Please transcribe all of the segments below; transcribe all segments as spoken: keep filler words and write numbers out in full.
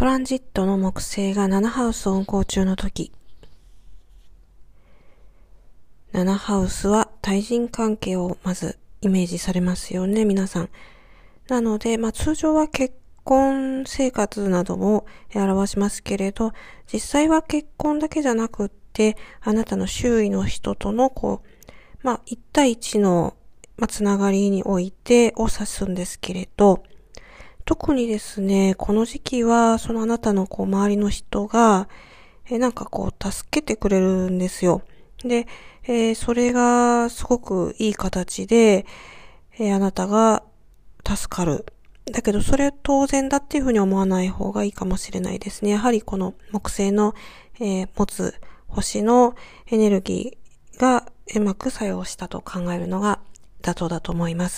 トランジットの木星がななハウスを運行中の時。ななハウスは対人関係をまずイメージされますよね、皆さん。なので、まあ通常は結婚生活などを表しますけれど、実際は結婚だけじゃなくって、あなたの周囲の人とのこう、まあ一対一の、まあ、つながりにおいてを指すんですけれど、特にですね、この時期はそのあなたのこう周りの人が、えなんかこう助けてくれるんですよ。で、えー、それがすごくいい形で、えー、あなたが助かる。だけどそれ当然だっていうふうに思わない方がいいかもしれないですね。やはりこの木星の、えー、持つ星のエネルギーがうまく作用したと考えるのが妥当だと思います。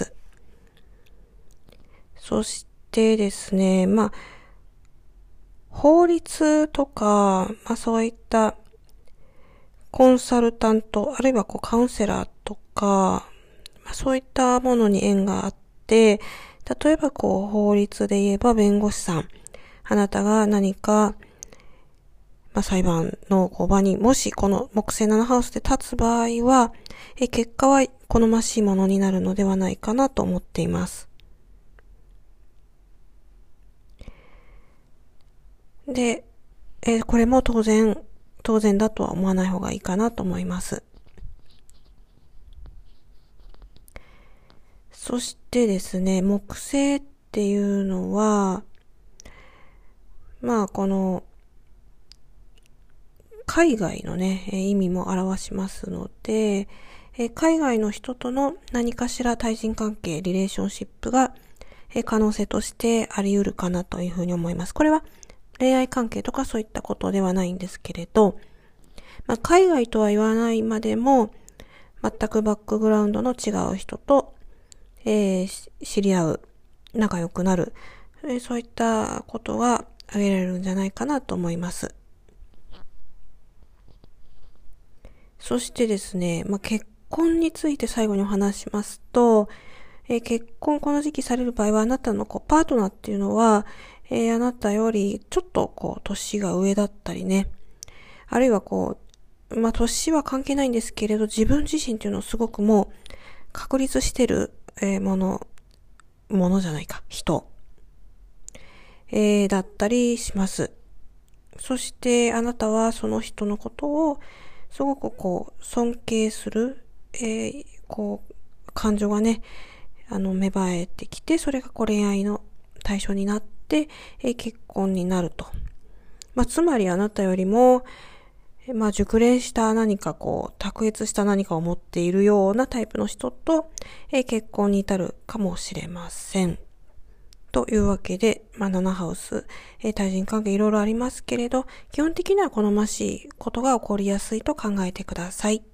そしてですね、まあ、法律とか、まあそういったコンサルタント、あるいはこうカウンセラーとか、まあ、そういったものに縁があって、例えばこう法律で言えば弁護士さん、あなたが何か、まあ、裁判の場にもしこの木星ななハウスで立つ場合は、え結果は好ましいものになるのではないかなと思っています。で、えこれも当然、当然だとは思わない方がいいかなと思います。そしてですね、木星っていうのは、まあこの、海外のね、意味も表しますので、海外の人との何かしら対人関係、リレーションシップが可能性としてあり得るかなというふうに思います。これは恋愛関係とかそういったことではないんですけれど、まあ、海外とは言わないまでも、全くバックグラウンドの違う人と、えー、知り合う、仲良くなる、えー、そういったことが挙げられるんじゃないかなと思います。そしてですね、まあ、結婚について最後にお話しますと、えー、結婚この時期される場合はあなたのこうパートナーっていうのは、えー、あなたよりちょっとこう年が上だったりね、あるいはこう、まあ、年は関係ないんですけれど、自分自身っていうのをすごくもう確立してる、えー、もの、ものじゃないか、人、えー、だったりします。そしてあなたはその人のことをすごくこう尊敬する、えー、こう感情がね、あの芽生えてきて、それがこう恋愛の対象になって、えー、結婚になると。まあ、つまりあなたよりも、まあ、熟練した何かこう、卓越した何かを持っているようなタイプの人と、えー、結婚に至るかもしれません。というわけで、まあ、ななハウス、えー、対人関係いろいろありますけれど、基本的には好ましいことが起こりやすいと考えてください。